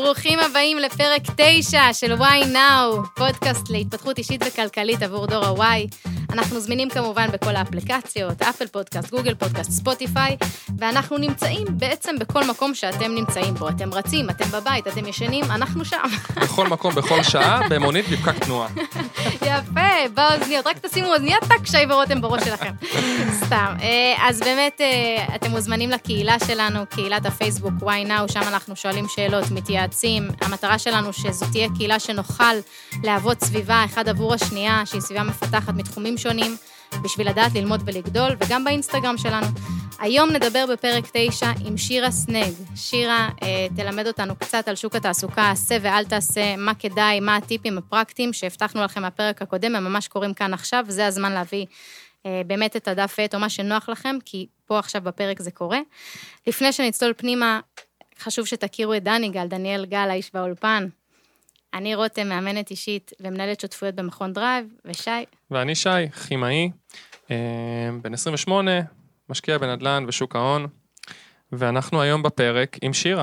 ברוכים הבאים לפרק 9 של Why Now, פודקאסט להתפתחות אישית וכלכלית עבור דור ה-Y. אנחנו זמינים כמובן בכל האפליקציות, אפל פודקאסט, גוגל פודקאסט, ספוטיפיי, ואנחנו נמצאים בעצם בכל מקום שאתם נמצאים בו. אתם רצים, אתם בבית, אתם ישנים, אנחנו שם. בכל מקום, בכל שעה, במונית בפקק תנועה. יפה, באוזניות, רק תשימו אוזניות, טק, שי ורותם בראש שלכם. סתם. אז באמת, אתם מוזמנים לקהילה שלנו, קהילת הפייסבוק, Why Now, שם אנחנו שואלים שאלות, מתייעצים. המטרה שלנו שזו תהיה קהילה שנוכל להוות סביבה אחד עבור השנייה, שהיא סביבה מפתחת מתחומים שונים, בשביל לדעת ללמוד ולגדול, וגם באינסטגרם שלנו. היום נדבר בפרק 9 עם שירה סנג. שירה תלמד אותנו קצת על שוק התעסוקה, עשה ואל תעשה, מה כדאי, מה הטיפים הפרקטיים שהבטחנו לכם מהפרק הקודם, הם ממש קורים כאן עכשיו, וזה הזמן להביא באמת את הדף ואת או מה שנוח לכם, כי פה עכשיו בפרק זה קורה. לפני שנצלול פנימה, חשוב שתכירו את דניאל גל, האיש באולפן. אני רותם, מאמנת אישית ומנהלת שותפויות במכון דרייב, ושי. ואני שי, כימאי, בן 28, משקיע בנדל"ן ושוק ההון, ואנחנו היום בפרק עם שירה.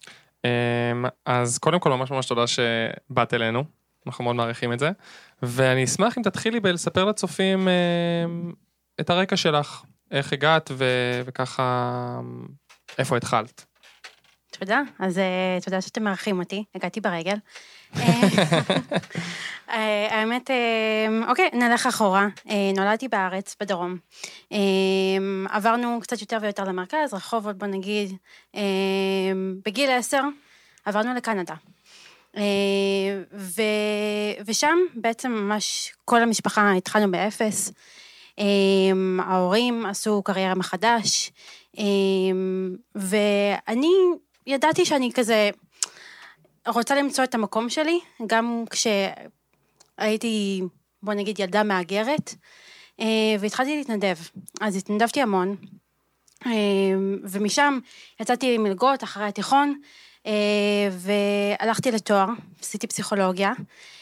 אז קודם כל ממש תודה שבאת אלינו, אנחנו מאוד מעריכים את זה, ואני אשמח אם תתחילי בלספר לצופים את הרקע שלך, איך הגעת וככה, איפה התחלת. תודה, אז תודה שאתם מארחים אותי, הגעתי ברגל. האמת, אוקיי, נלך אחורה, נולדתי בארץ, בדרום. עברנו קצת יותר ויותר למרכז, רחובות בוא נגיד, בגיל 10 עברנו לקנדה. ושם בעצם ממש כל המשפחה התחלנו באפס, ההורים עשו קריירה מחדש, ואני ידעתי שאני כזה רוצה למצוא את המקום שלי, גם כשהייתי, בוא נגיד, ילדה מאגרת, והתחלתי להתנדב. אז התנדבתי המון, ומשם יצאתי מלגות אחרי התיכון, והלכתי לתואר, עשיתי פסיכולוגיה,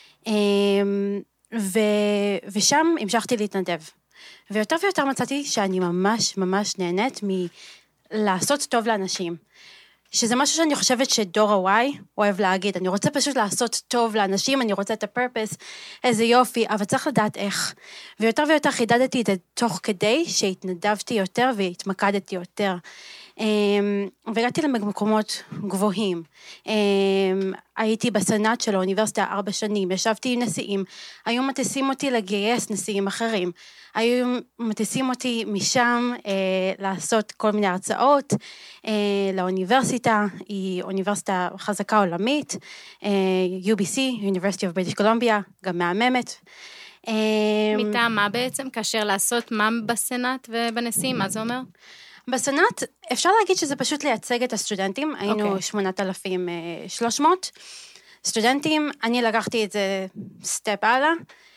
ושם המשכתי להתנדב. ויותר ויותר מצאתי שאני ממש נהנית מלעשות טוב לאנשים. שזה משהו שאני חושבת שדור ה-Y אוהב להגיד, אני רוצה פשוט לעשות טוב לאנשים, אני רוצה את הפרפס, איזה יופי, אבל צריך לדעת איך. ויותר ויותר חידדתי את זה תוך כדי שהתנדבתי יותר והתמקדתי יותר. והגעתי למקומות גבוהים. הייתי בסנאט של האוניברסיטה 4 שנים, ישבתי עם נשיאים, היו מטיסים אותי לגייס נשיאים אחרים, היו מטיסים אותי משם לעשות כל מיני הרצאות לאוניברסיטה, היא אוניברסיטה חזקה עולמית, UBC, University of British Columbia, גם מהממת. מטעם מה בעצם? כאשר לעשות מה בסנאט ובנשיאים, מה זה אומר? בסנאט אפשר להגיד שזה פשוט לייצג את הסטודנטים, היינו 8,300 סטודנטים, אני לקחתי את זה סטפ הלאה,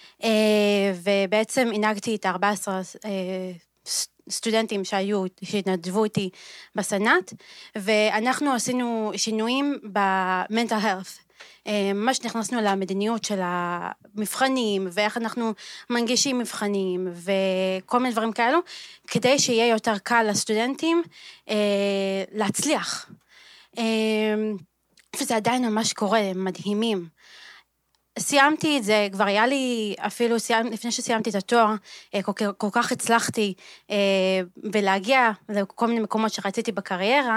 ובעצם הנהגתי את 14 סטודנטים שהתנדבו איתי בסנאט, ואנחנו עשינו שינויים במנטל הלת'. ממש נכנסנו למדיניות של המבחנים, ואיך אנחנו מנגישים מבחנים, וכל מיני דברים כאלו, כדי שיהיה יותר קל לסטודנטים להצליח. וזה עדיין ממש קורה, מדהימים. סיימתי את זה, כבר היה לי, אפילו לפני שסיימתי את התואר, כל כך הצלחתי ולהגיע לכל מיני מקומות שרציתי בקריירה,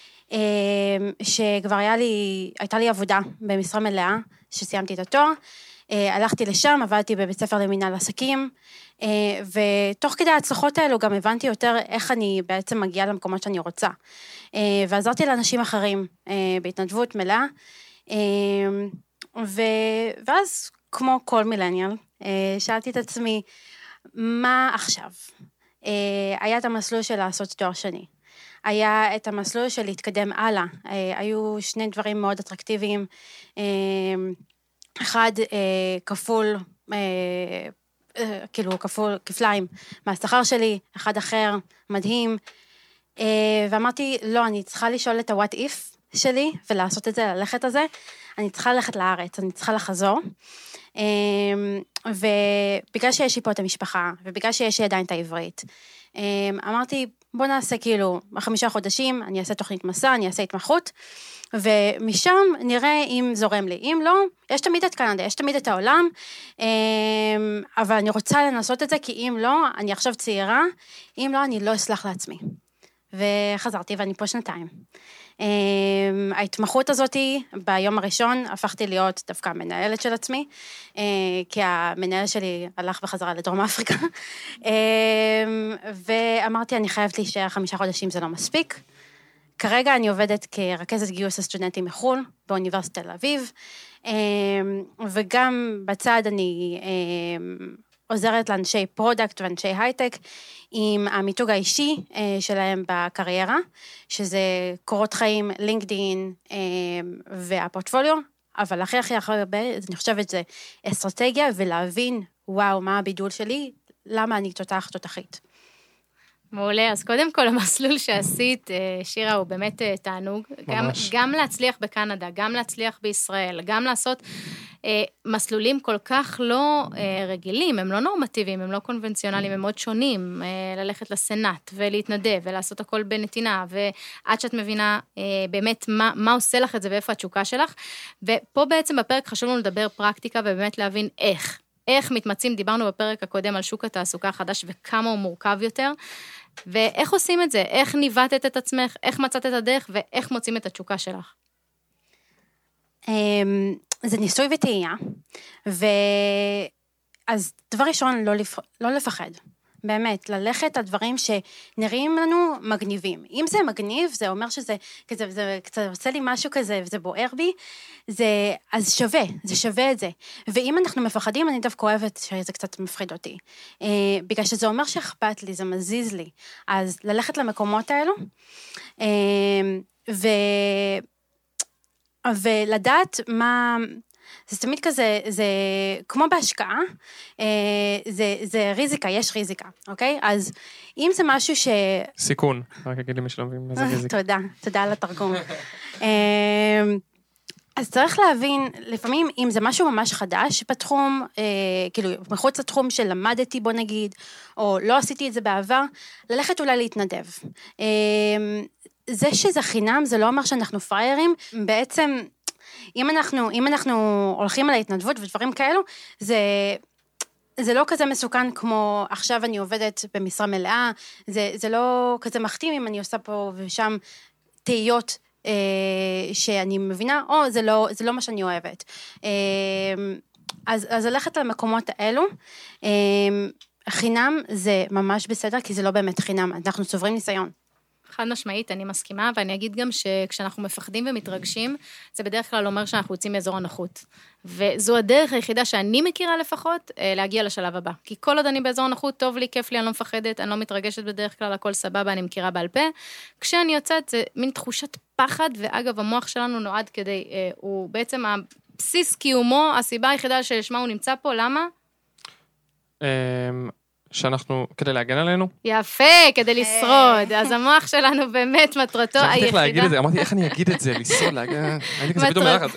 שכבר הייתה לי עבודה במשרה מלאה, שסיימתי את התואר, הלכתי לשם, עבדתי בבית ספר למינהל עסקים, ותוך כדי ההצלחות האלו גם הבנתי יותר איך אני בעצם מגיעה למקומות שאני רוצה, ועזרתי לאנשים אחרים בהתנדבות מלאה, ואז כמו כל מילניאל, שאלתי את עצמי, מה עכשיו? היה את המסלול של לעשות תואר שני. היה את המסלול של להתקדם הלאה, היו 2 דברים מאוד אטרקטיביים, אחד כפול, כפליים מהשכר שלי, אחד אחר, מדהים, ואמרתי, לא, אני צריכה לשאול את ה-what if שלי, ולעשות את זה, ללכת הזה, אני צריכה ללכת לארץ, אני צריכה לחזור, ובגלל שיש לי פה את המשפחה, ובגלל שיש לי עדיין את העברית, אמרתי, בוא נעשה כאילו 5 חודשים, אני אעשה תוכנית מסע, אני אעשה התמחות, ומשם נראה אם זורם לי. אם לא, יש תמיד את קנדה, יש תמיד את העולם, אבל אני רוצה לנסות את זה, כי אם לא, אני עכשיו צעירה, אם לא, אני לא אסלח לעצמי. וחזרתי, ואני פה 2 ההתמחות הזאת, ביום הראשון, הפכתי להיות דווקא המנהלת של עצמי, כי המנהל שלי הלך בחזרה לדרום אפריקה, ואמרתי, אני חייבת להישאר 5 חודשים, זה לא מספיק. כרגע אני עובדת כרכזת גיוס הסטודנטים מחול, באוניברסיטת תל אביב, וגם בצד אני עוזרת לאנשי פרודקט ואנשי הייטק, עם המיתוג האישי שלהם בקריירה, שזה קורות חיים, לינקדין והפורטפוליו, אבל הכי הרבה, אני חושבת זה אסטרטגיה, ולהבין, וואו, מה הבידול שלי, למה אני תותחית. מעולה, אז קודם כל המסלול שעשית, שירה, הוא באמת תענוג. גם להצליח בקנדה, גם להצליח בישראל, גם לעשות מסלולים כל כך לא רגילים, הם לא נורמטיביים, הם לא קונבנציונליים, הם מאוד שונים, ללכת לסנאט ולהתנדב ולעשות הכל בנתינה, ועד שאת מבינה באמת מה עושה לך את זה ואיפה התשוקה שלך, ופה בעצם בפרק חשוב לנו לדבר פרקטיקה ובאמת להבין איך מתמצאים, דיברנו בפרק הקודם על שוק התעסוקה החדש וכמה הוא מורכב יותר, ואיך עושים את זה, איך ניווטת את עצמך, איך מצאת את הדרך ואיך מוצאים את התשוקה שלך. זה ניסוי וטעייה, אז דבר ראשון, לא לפחד. באמת, ללכת על דברים שנראים לנו מגניבים. אם זה מגניב, זה אומר שזה כזה, זה קצת עושה לי משהו כזה, וזה בוער בי, אז זה שווה את זה. ואם אנחנו מפחדים, אני דווקא אוהבת שזה קצת מפחיד אותי. בגלל שזה אומר שאכפת לי, זה מזיז לי. אז ללכת למקומות האלו, ולדעת מה... זה תמיד כזה, זה כמו בהשקעה, זה ריזיקה, יש ריזיקה, אוקיי? אז אם זה משהו סיכון, רק אגיד לי מי שלא מבין איזה ריזיקה. תודה על התרגום. אז צריך להבין, לפעמים אם זה משהו ממש חדש בתחום, כאילו מחוץ לתחום שלמדתי בוא נגיד, או לא עשיתי את זה בעבר, ללכת אולי להתנדב. זה שזה חינם, זה לא אומר שאנחנו פריירים, בעצם... אם אנחנו הולכים על ההתנדבות ודברים כאלו, זה לא כזה מסוכן כמו עכשיו אני עובדת במשרה מלאה, זה לא כזה מחתים אם אני עושה פה ושם תהיות שאני מבינה, או זה לא מה שאני אוהבת. אז ללכת למקומות האלו, חינם זה ממש בסדר, כי זה לא באמת חינם, אנחנו צוברים ניסיון. חד משמעית, אני מסכימה, ואני אגיד גם שכשאנחנו מפחדים ומתרגשים, זה בדרך כלל אומר שאנחנו יוצאים מאזור הנוחות. וזו הדרך היחידה שאני מכירה לפחות, להגיע לשלב הבא. כי כל עוד אני באזור הנוחות, טוב לי, כיף לי, אני לא מפחדת, אני לא מתרגשת בדרך כלל, הכל סבבה, אני מכירה בעל פה. כשאני יוצאת, זה מין תחושת פחד, ואגב, המוח שלנו נועד כדי, הוא בעצם הבסיס קיומו, הסיבה היחידה שלשמה הוא נמצא פה, למה? שאנחנו, כדי להגן עלינו. יפה, כדי לשרוד. אז המוח שלנו באמת מטרתו היחידה. שכחתי להגיד את זה, אמרתי, איך אני אגיד את זה, לשרוד, להגן, הייתי כזה פתאום מלחץ.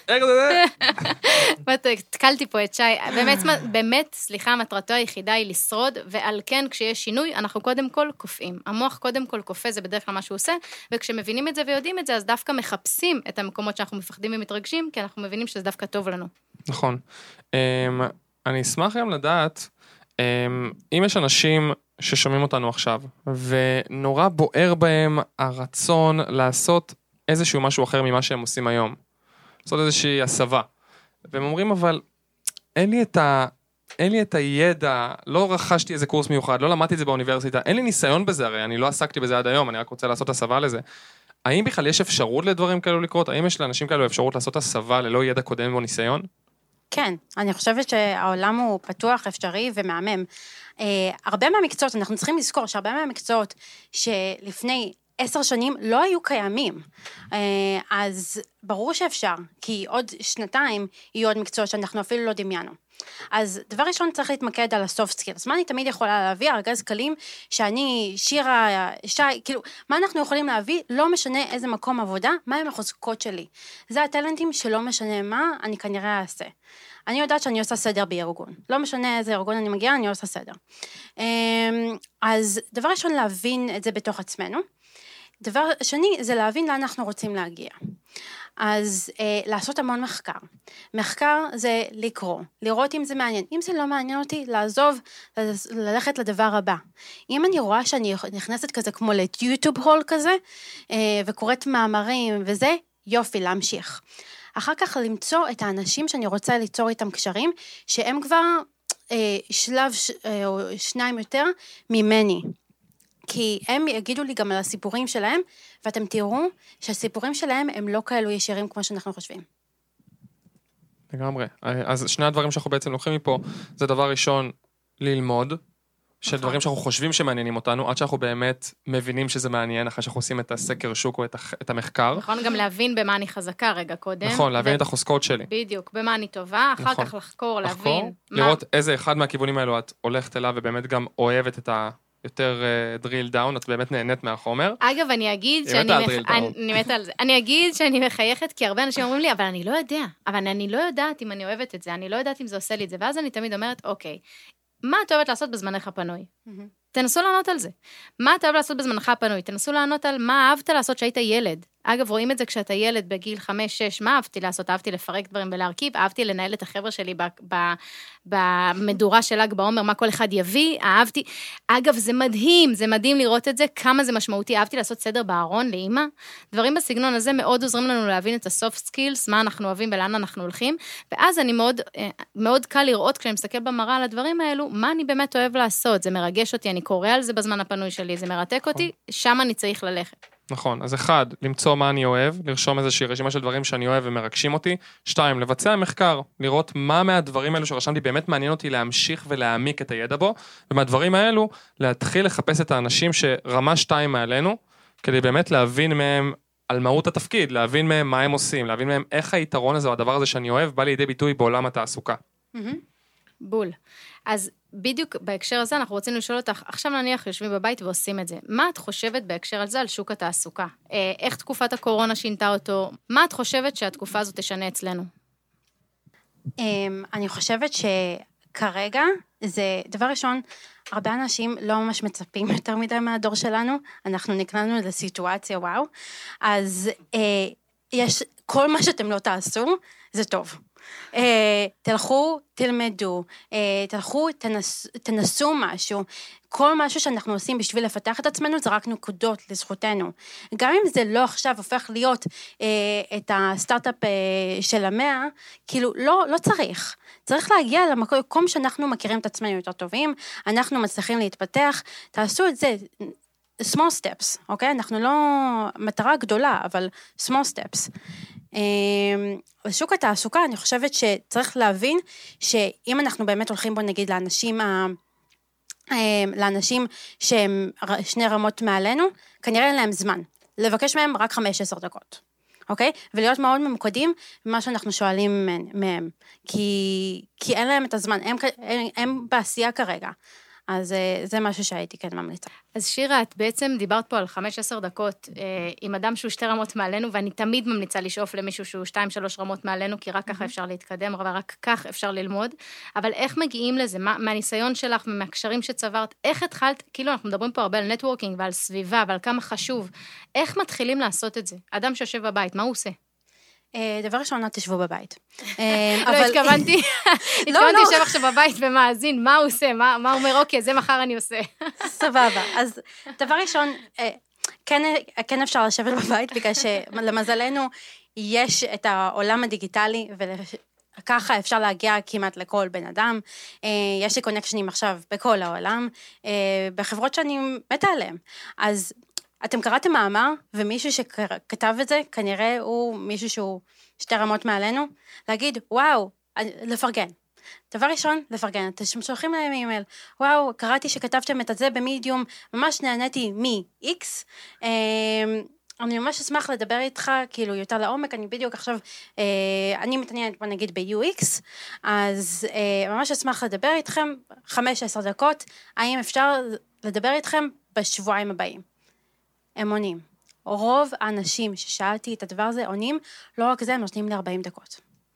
תקלתי פה את שי. באמת, סליחה, מטרתו היחידה היא לשרוד, ועל כן, כשיש שינוי, אנחנו קודם כל קופאים. המוח קודם כל קופה, זה בדרך כלל מה שהוא עושה, וכשמבינים את זה ויודעים את זה, אז דווקא מחפשים את המקומות שאנחנו מפחדים ומתרגשים, כי אנחנו מבינים שזה דווקא טוב לנו. נכון. אני אשמח גם לדעת, אם יש אנשים ששומעים אותנו עכשיו, ונורא בוער בהם הרצון לעשות איזשהו משהו אחר ממה שהם עושים היום, לעשות איזושהי הסבה, והם אומרים אבל, אין לי את הידע, לא רכשתי איזה קורס מיוחד, לא למדתי את זה באוניברסיטה, אין לי ניסיון בזה הרי, אני לא עסקתי בזה עד היום, אני רק רוצה לעשות הסבה לזה. האם בכלל יש אפשרות לדברים כאלו לקרות? האם יש לאנשים כאלו אפשרות לעשות הסבה ללא ידע קודם או ניסיון? כן, אני חושבת שהעולם הוא פתוח, אפשרי ומהמם. הרבה מהמקצועות, אנחנו צריכים לזכור שהרבה מהמקצועות שלפני 10 שנים לא היו קיימים. אז ברור שאפשר, כי עוד 2 יהיו עוד מקצועות שאנחנו אפילו לא דמיינו. אז דבר ראשון צריך להתמקד על ה-soft skills. מה אני תמיד יכולה להביא? ארגז כלים שאני, שירה, שי, כאילו, מה אנחנו יכולים להביא? לא משנה איזה מקום עבודה, מה הם החוזקות שלי. זה הטלנטים שלא משנה מה, אני כנראה אעשה. אני יודעת שאני עושה סדר בארגון. לא משנה איזה ארגון אני מגיעה, אני עושה סדר. אז דבר ראשון, להבין את זה בתוך עצמנו. דבר שני, זה להבין לאן אנחנו רוצים להגיע. אז לעשות המון מחקר. מחקר זה לקרוא, לראות אם זה מעניין. אם זה לא מעניין אותי, לעזוב, ללכת לדבר הבא. אם אני רואה שאני נכנסת כזה כמו ליוטיוב הול כזה, וקוראת מאמרים וזה, יופי, להמשיך. אחר כך למצוא את האנשים שאני רוצה ליצור איתם קשרים, שהם כבר שלב או שניים יותר ממני. כי הם יגידו לי גם על הסיפורים שלהם, ואתם תראו שהסיפורים שלהם הם לא כאלו ישירים כמו שאנחנו חושבים. לגמרי. אז שני הדברים שאנחנו בעצם לוקחים מפה, זה דבר ראשון, ללמוד, של דברים שאנחנו חושבים שמעניינים אותנו, עד שאנחנו באמת מבינים שזה מעניין, אחרי שאנחנו עושים את הסקר שוק או את המחקר. נכון, גם להבין במה אני חזקה רגע קודם. נכון, להבין את החוזקות שלי. בדיוק, במה אני טובה, אחר כך לחקור, להבין. לראות איזה אחד מהכיוונים האלו את הולכת אליו, ובאמת גם אוהבת את יותר drill down, את באמת נהנית מהחומר. אגב, אני אגיד שאני מחייכת, כי הרבה אנשים אומרים לי, אבל אני לא יודע, אבל אני לא יודעת אם אני אוהבת את זה, אני לא יודעת אם זה עושה לי את זה, ואז אני תמיד אומרת, אוקיי, מה את אוהבת לעשות בזמנך הפנוי? תנסו לענות על זה. מה אתה אוהב לעשות בזמנך הפנוי? תנסו לענות על מה אהבת לעשות שהיית ילד. אגב, רואים את זה כשאתה ילד בגיל 5-6, מה אהבתי לעשות? אהבתי לפרק דברים ולהרכיב, אהבתי לנהל את החבר'ה שלי במדורה של ל"ג בעומר, מה כל אחד יביא, אהבתי. אגב, זה מדהים לראות את זה, כמה זה משמעותי, אהבתי לעשות סדר בארון לאמא. דברים בסגנון הזה מאוד עוזרים לנו להבין את ה-soft skills, מה אנחנו אוהבים ולאן אנחנו הולכים, ואז אני מאוד קל לראות, כשאני מסתכל במראה על הדברים האלו, מה אני באמת אוהב לעשות, זה מרגש אותי, אני קורא על זה בזמן הפנוי שלי, זה מרתק אותי, שם אני צריך ללכת. נכון, אז אחד, למצוא מה אני אוהב, לרשום איזושהי רשימה של דברים שאני אוהב ומרגשים אותי. 2, לבצע מחקר, לראות מה מהדברים האלו שרשמתי באמת מעניין אותי להמשיך ולהעמיק את הידע בו, ומהדברים האלו להתחיל לחפש את האנשים שרמה 2 מעלינו, כדי באמת להבין מהם על מהות התפקיד, להבין מהם מה הם עושים, להבין מהם איך היתרון הזה או הדבר הזה שאני אוהב בא לידי ביטוי בעולם התעסוקה. בול. אז בדיוק בהקשר הזה אנחנו רוצים לשאול אותך, עכשיו נניח יושבים בבית ועושים את זה, מה את חושבת בהקשר על זה על שוק התעסוקה? איך תקופת הקורונה שינתה אותו? מה את חושבת שהתקופה הזאת תשנה אצלנו? אני חושבת שכרגע זה דבר ראשון, הרבה אנשים לא ממש מצפים יותר מדי מהדור שלנו, אנחנו נקלענו לסיטואציה וואו, אז יש כל מה שאתם לא תעשו, זה טוב. תלכו, תלמדו, תלכו, תנסו משהו, כל משהו שאנחנו עושים בשביל לפתח את עצמנו, זה רק נקודות לזכותנו. גם אם זה לא עכשיו הופך להיות את הסטארט-אפ של 100, כאילו לא צריך. צריך להגיע למקום שאנחנו מכירים את עצמנו יותר טובים, אנחנו מצליחים להתפתח, תעשו את זה, small steps, אוקיי? אנחנו לא מטרה גדולה, אבל small steps. בשוק התעסוקה אני חושבת שצריך להבין שאם אנחנו באמת הולכים בו נגיד לאנשים שהם 2 רמות מעלינו, כנראה אין להם זמן, לבקש מהם רק 15 דקות, אוקיי? ולהיות מאוד ממוקדים במה שאנחנו שואלים מהם, כי אין להם את הזמן, הם בעשייה כרגע. אז זה משהו שהייתי כן ממליצה. אז שירה, את בעצם דיברת פה על 5-10 דקות עם אדם שהוא 2 רמות מעלינו, ואני תמיד ממליצה לשאוף למישהו שהוא 2-3 רמות מעלינו, כי רק ככה אפשר להתקדם, ורק כך אפשר ללמוד. אבל איך מגיעים לזה? מהניסיון שלך ומהקשרים שצברת, איך התחלת? כאילו אנחנו מדברים פה הרבה על נטוורקינג ועל סביבה ועל כמה חשוב. איך מתחילים לעשות את זה? אדם שיושב בבית, מה הוא עושה? דבר ראשון, לא תשבו בבית. לא, התכוונתי לשב עכשיו בבית ומאזין, מה הוא עושה, מה הוא אומר, אוקיי, זה מחר אני עושה. סבבה, אז דבר ראשון, כן אפשר לשבת בבית, בגלל שלמזלנו יש את העולם הדיגיטלי, וככה אפשר להגיע כמעט לכל בן אדם, יש לי קונקשנים עכשיו בכל העולם, בחברות שאני מתה עליהן, אז אתם קראתם מאמר, ומישהו שכתב את זה, כנראה הוא מישהו שהוא 2 רמות מעלינו, להגיד, וואו, לפרגן. דבר ראשון, לפרגן. אתם שולחים להם אימייל, וואו, קראתי שכתבתם את זה במדיום, ממש נהניתי מ-X, אני ממש אשמח לדבר איתך, כאילו יותר לעומק, אני בדיוק עכשיו, אני מתעניינת, בוא נגיד, ב-UX, אז ממש אשמח לדבר איתכם 5-10 דקות, האם אפשר לדבר איתכם בשבועיים הבאים? הם עונים. רוב האנשים ששאלתי את הדבר הזה עונים, לא רק זה, הם נותנים לי 40 דקות.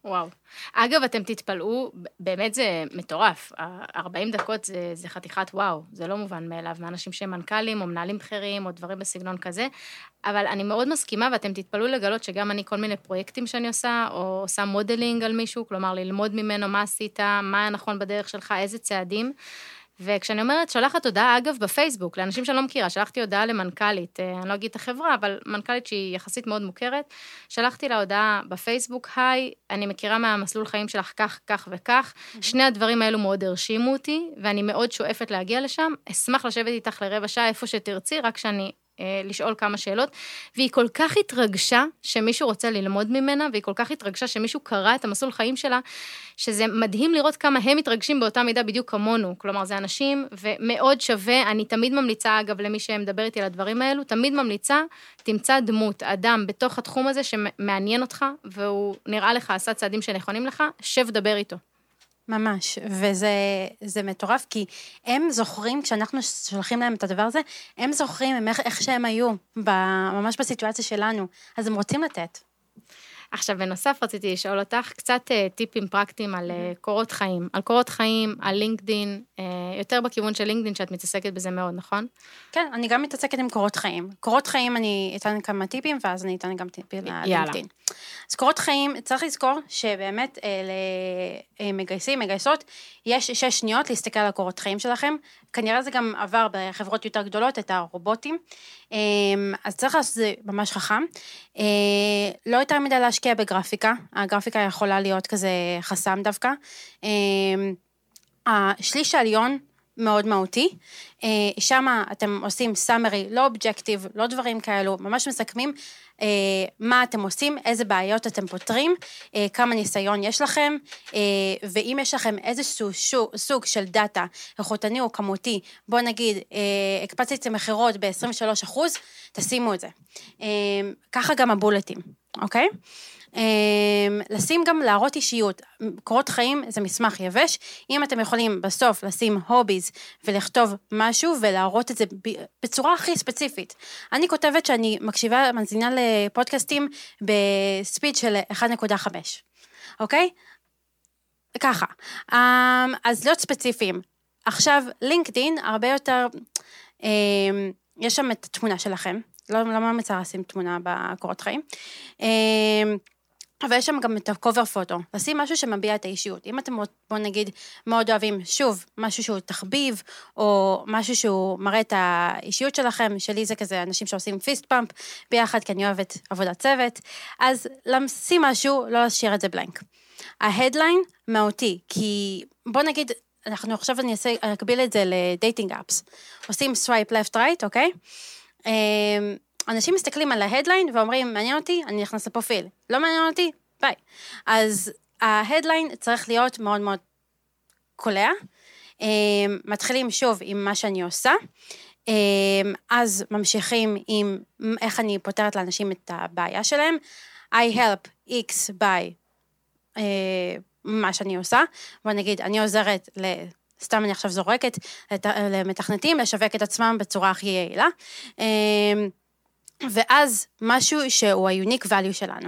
וואו. אגב, אתם תתפלאו, באמת זה מטורף. 40 דקות זה חתיכת וואו, זה לא מובן מאליו, מאנשים שהם מנכ"לים או מנהלים בכירים או דברים בסגנון כזה, אבל אני מאוד מסכימה, ואתם תתפלאו לגלות שגם אני כל מיני פרויקטים שאני עושה, או עושה מודלינג על מישהו, כלומר ללמוד ממנו מה עשית, מה הנכון בדרך שלך, איזה צעדים, וכשאני אומרת, שלחת הודעה, אגב, בפייסבוק, לאנשים שאני לא מכירה, שלחתי הודעה למנכ"לית, אני לא אגיד את החברה, אבל מנכ"לית שהיא יחסית מאוד מוכרת, שלחתי לה הודעה בפייסבוק, היי, אני מכירה מהמסלול חיים שלך כך, כך וכך, שני הדברים האלו מאוד הרשימו אותי, ואני מאוד שואפת להגיע לשם, אשמח לשבת איתך לרבע שעה, איפה שתרצי, רק שאני לשאול כמה שאלות, והיא כל כך התרגשה שמישהו רוצה ללמוד ממנה, והיא כל כך התרגשה שמישהו קרא את המסלול חיים שלה, שזה מדהים לראות כמה הם מתרגשים באותה מידה בדיוק כמונו, כלומר זה אנשים, ומאוד שווה, אני תמיד ממליצה אגב למי שמדבר איתי על הדברים האלו, תמיד ממליצה, תמצא דמות, אדם בתוך התחום הזה שמעניין אותך, והוא נראה לך, עשה צעדים שנכונים לך, שב דבר איתו. ממש, וזה מטורף, כי הם זוכרים, כשאנחנו שולחים להם את הדבר הזה, הם זוכרים איך שהם היו, ממש בסיטואציה שלנו, אז הם רוצים לתת. עכשיו, בנוסף רציתי לשאול אותך קצת טיפים פרקטיים על קורות חיים, על קורות חיים, על לינקדין, יותר בכיוון של לינקדין שאת מתעסקת בזה מאוד, נכון? כן, אני גם מתעסקת עם קורות חיים. קורות חיים אני אתן כמה טיפים, ואז אני אתן גם טיפים ללינקדין. אז קורות חיים, צריך לזכור שבאמת מגייסות, יש 6 שניות להסתכל על הקורות חיים שלכם, כנראה זה גם עבר בחברות יותר גדולות, את הרובוטים, אז צריך לעשות זה ממש חכם, לא יותר מדי להשקיע בגרפיקה, הגרפיקה יכולה להיות כזה חסם דווקא, השליש העליון מאוד מהותי, שם אתם עושים סאמרי, לא אובג'קטיב, לא דברים כאלו, ממש מסכמים מה אתם עושים, איזה בעיות אתם פותרים, כמה ניסיון יש לכם, ואם יש לכם איזשהו סוג של דאטה, איכותני או כמותי, בוא נגיד, הקפצתם מחירות ב-23%, תשימו את זה. ככה גם הבולטים, אוקיי? לשים גם להראות אישיות, קורות חיים זה מסמך יבש, אם אתם יכולים בסוף לשים הוביז ולכתוב משהו ולהראות את זה בצורה הכי ספציפית. אני כותבת שאני מקשיבה, מנזינה לפודקאסטים בספיד של 1.5, אוקיי? ככה, אז להיות ספציפיים. עכשיו לינקדין הרבה יותר, יש שם את התמונה שלכם, לא מצא לשים תמונה בקורות חיים, אבל יש שם גם את הקובר פוטו, לשים משהו שמביע את האישיות. אם אתם, בוא נגיד, מאוד אוהבים, שוב, משהו שהוא תחביב, או משהו שהוא מראה את האישיות שלכם, שלי זה כזה אנשים שעושים פיסט פאמפ ביחד, כי אני אוהבת עבודת צוות, אז לשים משהו, לא להשאיר את זה בלנק. ההדליין מהותי, כי בוא נגיד, עכשיו אני אקביל את זה לדייטינג אפס, עושים סווייפ לפט רייט, אוקיי? אנשים מסתכלים על ההדליין ואומרים, מעניין אותי, אני נכנס לפרופיל. לא מעניין אותי, ביי. אז ההדליין צריך להיות מאוד מאוד קולע. מתחילים שוב עם מה שאני עושה, אז ממשיכים עם איך אני פותרת לאנשים את הבעיה שלהם. I help X by מה שאני עושה. בוא נגיד, אני עוזרת סתם אני עכשיו זורקת למתכנתים, לשווק את עצמם בצורה הכי יעילה. ואז משהו שהוא ה-unique value שלנו,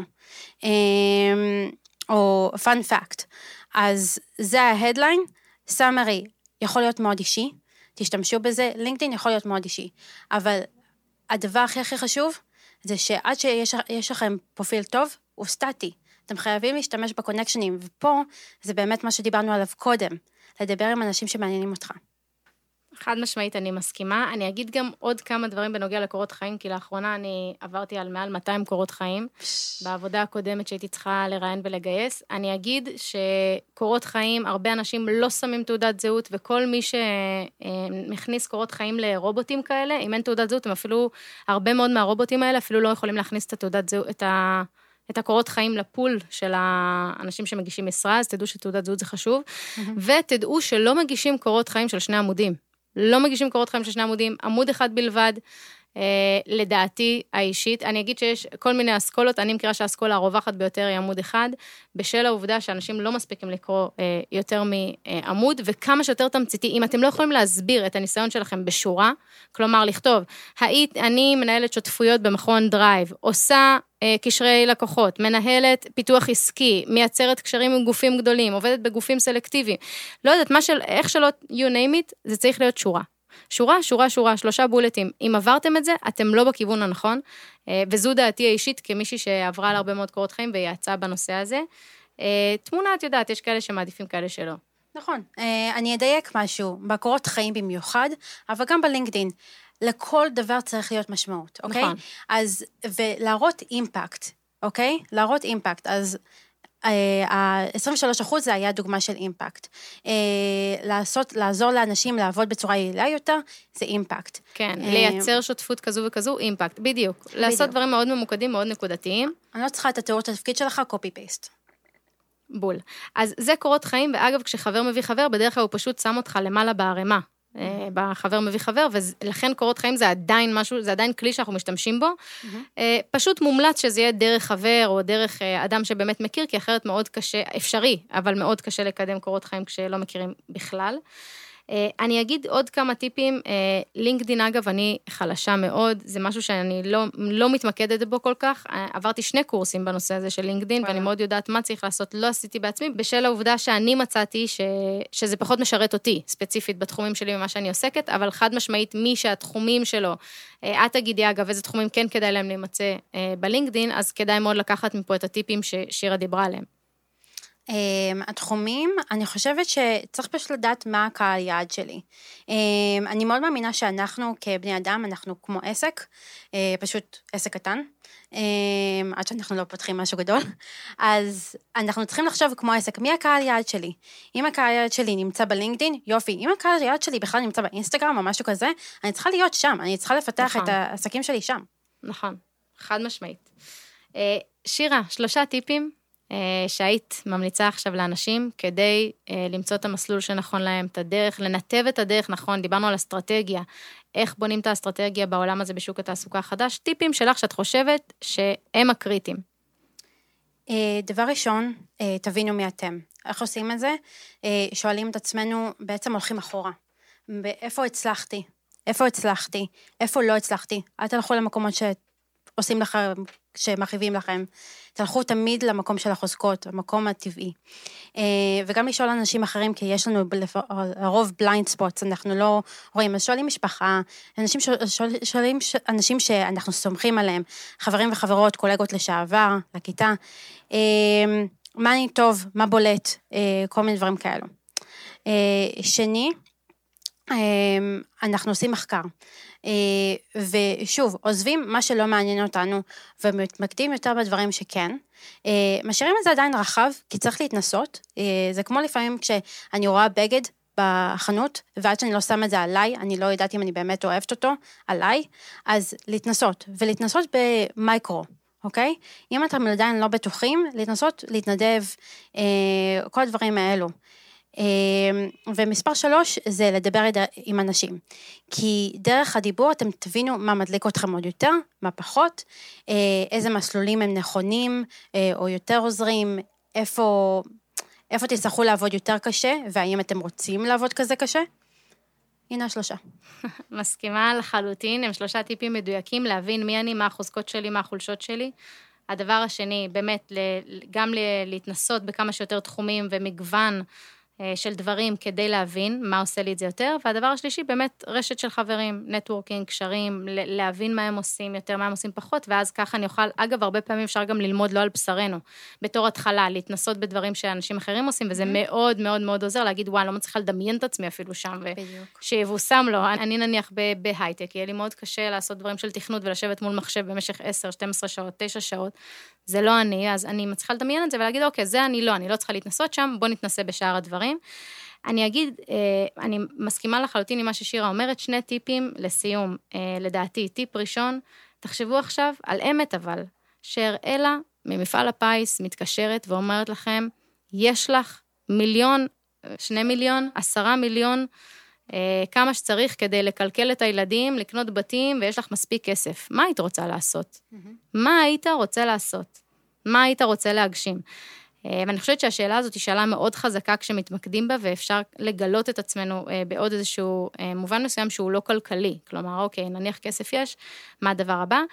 או fun fact, אז זה ה-headline, summary יכול להיות מאוד אישי, תשתמשו בזה, לינקדין יכול להיות מאוד אישי, אבל הדבר הכי חשוב, זה שעד שיש לכם פרופיל טוב, הוא סטטי, אתם חייבים להשתמש בקונקשנים, ופה זה באמת מה שדיברנו עליו קודם, לדבר עם אנשים שמעניינים אותך. חד משמעית, אני מסכימה. אני אגיד גם עוד כמה דברים בנוגע לקורות חיים, כי לאחרונה אני עברתי על מעל 200 קורות חיים, בעבודה הקודמת שהייתי צריכה לראיין ולגייס. אני אגיד שקורות חיים, הרבה אנשים לא שמים תעודת זהות, וכל מי שמכניס קורות חיים לרובוטים כאלה, אם אין תעודת זהות, הם אפילו, הרבה מאוד מהרובוטים האלה, אפילו לא יכולים להכניס את התעודת זהות, את הקורות חיים לפול של האנשים שמגישים משרה, אז תדעו שתעודת זהות זה חשוב, ותדעו שלא מגישים קורות חיים של 2 עמודים. לא מגישים קורות חיים של 2 עמודים, עמוד אחד בלבד, לדעתי האישית. אני אגיד שיש כל מיני אסכולות, אני מכירה שהאסכולה הרווחת ביותר היא עמוד אחד, בשל העובדה שאנשים לא מספיקים לקרוא יותר מעמוד, וכמה שיותר תמציתי, אם אתם לא יכולים להסביר את הניסיון שלכם בשורה, כלומר לכתוב, אני מנהלת שותפויות במכון דרייב, עושה קשרי לקוחות, מנהלת פיתוח עסקי, מייצרת קשרים עם גופים גדולים, עובדת בגופים סלקטיביים. לא יודעת, איך שלא you name it, זה צריך להיות שורה. שורה, 3 בולטים. אם עברתם את זה, אתם לא בכיוון הנכון, וזו דעתי האישית כמישהי שעברה על הרבה מאוד קורות חיים ויעצה בנושא הזה. תמונה, את יודעת, יש כאלה שמעדיפים, כאלה שלא. נכון. אני אדייק משהו, בקורות חיים במיוחד, אבל גם בלינקדין. לכל דבר צריך להיות משמעות, אוקיי? נכון. אז, ולהראות אימפקט, אוקיי? להראות אימפקט. אז ה-23% זה היה דוגמה של אימפקט. לעזור לאנשים לעבוד בצורה יעילה יותר, זה אימפקט. כן, לייצר שותפות כזו וכזו, אימפקט, בדיוק. לעשות דברים מאוד ממוקדים, מאוד נקודתיים. אני לא צריכה את התיאור התפקיד שלך, copy-paste. בול. אז זה קורות חיים, ואגב, כשחבר מביא חבר, בדרך כלל הוא פשוט שם אותך למעלה בערימה. בחבר מביא חבר, ולכן קורות חיים זה עדיין משהו, זה עדיין כלי שאנחנו משתמשים בו. פשוט מומלץ שזה יהיה דרך חבר, או דרך אדם שבאמת מכיר, כי אחרת מאוד קשה, אפשרי, אבל מאוד קשה לקדם קורות חיים כשלא מכירים בכלל. אני אגיד עוד כמה טיפים, לינקדין אגב, אני חלשה מאוד, זה משהו שאני לא מתמקדת בו כל כך, עברתי 2 קורסים בנושא הזה של לינקדין, ואני מאוד יודעת מה צריך לעשות, לא עשיתי בעצמי, בשל העובדה שאני מצאתי שזה פחות משרת אותי, ספציפית בתחומים שלי ממה שאני עוסקת, אבל חד משמעית מי שהתחומים שלו, את תגידי אגב, איזה תחומים כן כדאי להם להימצא בלינקדין, אז כדאי מאוד לקחת מפה את הטיפים ששירה דיברה עליהם. התחומים, אני חושבת שצריך פשוט לדעת מה הקהל יעד שלי. אני מאוד מאמינה שאנחנו כבני אדם, אנחנו כמו עסק, פשוט עסק קטן, עד שאנחנו לא פותחים משהו גדול, אז אנחנו צריכים לחשוב כמו עסק, מי הקהל יעד שלי? אם הקהל יעד שלי נמצא בלינקדין, יופי, אם הקהל יעד שלי בכלל נמצא באינסטגרם או משהו כזה, אני צריכה להיות שם, אני צריכה לפתח את העסקים שלי שם. נכון, חד משמעית. שירה, 3 טיפים, שהיית ממליצה עכשיו לאנשים, כדי למצוא את המסלול שנכון להם, את הדרך, לנתב את הדרך נכון, דיברנו על אסטרטגיה, איך בונים את האסטרטגיה בעולם הזה בשוק התעסוקה החדש, טיפים שלך שאת חושבת שהם הקריטיים. דבר ראשון, תבינו מי אתם. איך עושים את זה? שואלים את עצמנו, בעצם הולכים אחורה. איפה הצלחתי? איפה לא הצלחתי? אל תלכו למקומות שעושים לכם, שמרחיבים לכם. תלכו תמיד למקום של החוזקות, המקום הטבעי. וגם לשאול אנשים אחרים, כי יש לנו הרוב בליינד ספוטס, אנחנו לא רואים, אז שואלים משפחה, שואלים אנשים שאנחנו סומכים עליהם, חברים וחברות, קולגות לשעבר, לכיתה, מה אני טוב, מה בולט, כל מיני דברים כאלו. שני, אנחנו עושים מחקר. ושוב, עוזבים מה שלא מעניין אותנו, ומתמקדים יותר בדברים שכן, משאירים את זה עדיין רחב, כי צריך להתנסות, זה כמו לפעמים כשאני רואה בגד בחנות, ועד שאני לא שמה את זה עליי, אני לא יודעת אם אני באמת אוהבת אותו, עליי, אז להתנסות, ולהתנסות במייקרו, אוקיי? אם אתם עדיין לא בטוחים, להתנסות, להתנדב, כל הדברים האלו. ומספר 3 זה לדבר עם אנשים, כי דרך הדיבור אתם תבינו מה מדליק אתכם עוד יותר, מה פחות, איזה מסלולים הם נכונים או יותר עוזרים, איפה תצטרכו לעבוד יותר קשה, והאם אתם רוצים לעבוד כזה קשה? הנה 3. מסכימה לחלוטין, הם 3 טיפים מדויקים, להבין מי אני, מה החוזקות שלי, מה החולשות שלי. הדבר השני, באמת, גם להתנסות בכמה שיותר תחומים ומגוון של דברים כדי להבין מה עושה לי את זה יותר, והדבר השלישי באמת רשת של חברים, נטוורקינג, קשרים, להבין מה הם עושים יותר, מה הם עושים פחות, ואז ככה אני אוכל, אגב, הרבה פעמים אפשר גם ללמוד לא על בשרנו, בתור התחלה, להתנסות בדברים שאנשים אחרים עושים, וזה מאוד מאוד מאוד עוזר להגיד, וואי, לא מצליחה לדמיין את עצמי אפילו שם, שיבוסם לו, אני נניח בהייטק, יהיה לי מאוד קשה לעשות דברים של תכנות, ולשבת מול מחשב במשך 10, 12 שעות, 9 שעות, זה לא אני, אז אני מצליחה לדמיין את זה ולהגיד, אוקיי, זה אני לא צריכה להתנסות שם, בוא נתנסה בשאר הדברים. אני אגיד, אני מסכימה לחלוטין עם מה ששירה אומרת, 2 טיפים לסיום, לדעתי. טיפ ראשון, תחשבו עכשיו על אמת אבל, שהראלה ממפעל הפיס מתקשרת ואומרת לכם, יש לך 1 מיליון, 2 מיליון, 10 מיליון, כמה שצריך כדי לקלקל את הילדים, לקנות בתים, ויש לך מספיק כסף. מה היית רוצה לעשות? מה היית רוצה לעשות? מה היית רוצה להגשים? ואני חושבת שהשאלה הזאת היא שאלה מאוד חזקה כשמתמקדים בה, ואפשר לגלות את עצמנו בעוד איזשהו מובן מסוים שהוא לא כלכלי. כלומר, אוקיי, נניח כסף יש, מה הדבר הבא?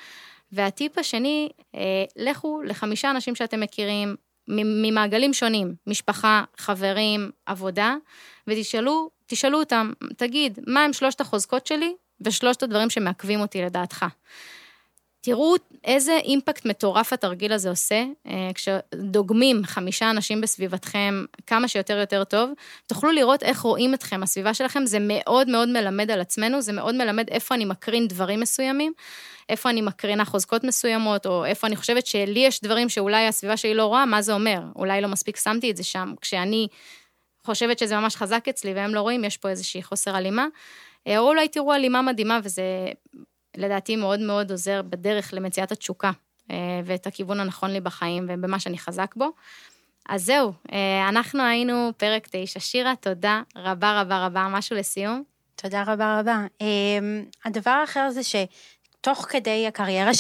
והטיפ השני, לכו ל5 אנשים שאתם מכירים, ממעגלים שונים, משפחה, חברים, עבודה, ותשאלו אותם, תגיד, מה הם 3 החוזקות שלי, ו3 הדברים שמעכבים אותי לדעתך. תראו איזה אימפקט מטורף התרגיל הזה עושה, כשדוגמים 5 אנשים בסביבתכם, כמה שיותר יותר טוב, תוכלו לראות איך רואים אתכם, הסביבה שלכם, זה מאוד מאוד מלמד על עצמנו, זה מאוד מלמד איפה אני מקרין דברים מסוימים, איפה אני מקרינה חוזקות מסוימות, או איפה אני חושבת שלי יש דברים שאולי הסביבה שלי לא רואה, מה זה אומר? אולי לא מספיק שמתי את זה שם, כשאני חושבת שזה ממש חזק אצלי, והם לא רואים, יש פה איזושהי חוסר הלימה, או אולי תראו הלימה מדהימה, וזה לדעתי מאוד מאוד עוזר בדרך למציאת התשוקה, ואת הכיוון הנכון לי בחיים, ובמה שאני חזק בו. אז זהו, אנחנו היינו פרק 9. שירה, תודה רבה רבה רבה, משהו לסיום? תודה רבה רבה. הדבר האחר זה שתוך כדי הקריירה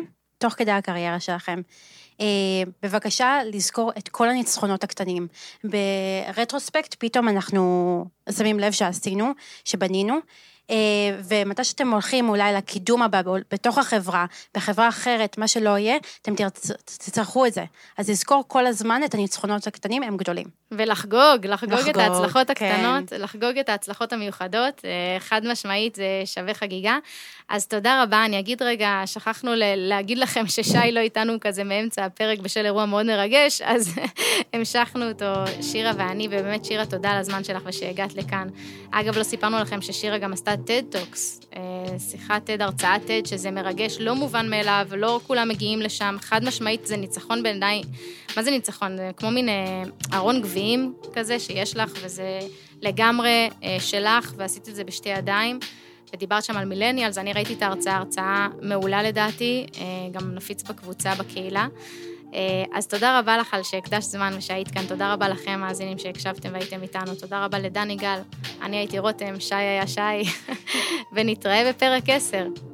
שלכם, בבקשה לזכור את כל הניצחונות הקטנים. ברטרוספקט פתאום אנחנו שמים לב שעשינו, שבנינו, ומתי שאתם הולכים אולי לקידום הבא בתוך החברה, בחברה אחרת, מה שלא יהיה, אתם תצטרכו את זה. אז לזכור כל הזמן את הניצחונות הקטנים, הם גדולים. ולחגוג את ההצלחות הקטנות, לחגוג את ההצלחות המיוחדות, חד משמעית זה שווה חגיגה. אז תודה רבה, אני אגיד רגע, שכחנו להגיד לכם ששי לא איתנו כזה מאמצע הפרק בשל אירוע מאוד מרגש, אז המשכנו אותו שירה ואני, ובאמת שירה תודה על הזמן שלך ושהגעת לכאן. אגב, לא סיפרנו לכם ששירה גם עשתה TED Talks, שיחת TED, הרצאת TED, שזה מרגש, לא מובן מאליו, לא כולם מגיעים לשם, חד משמעית זה ניצחון בעיניי, מה זה ניצחון? זה כמו מין ארון גביעים כזה שיש לך, וזה לגמרי שלך, ועשית את זה בשתי ידיים, ודיברת שם על מילניאלס, אני ראיתי את ההרצאה מעולה לדעתי, גם נפיץ בקבוצה, בקהילה, אז תודה רבה לך על שהקדש זמן ושהיית כאן, תודה רבה לכם מאזינים שהקשבתם והייתם איתנו, תודה רבה לדני גל, אני הייתי רותם, שי היה שי, ונתראה בפרק 10.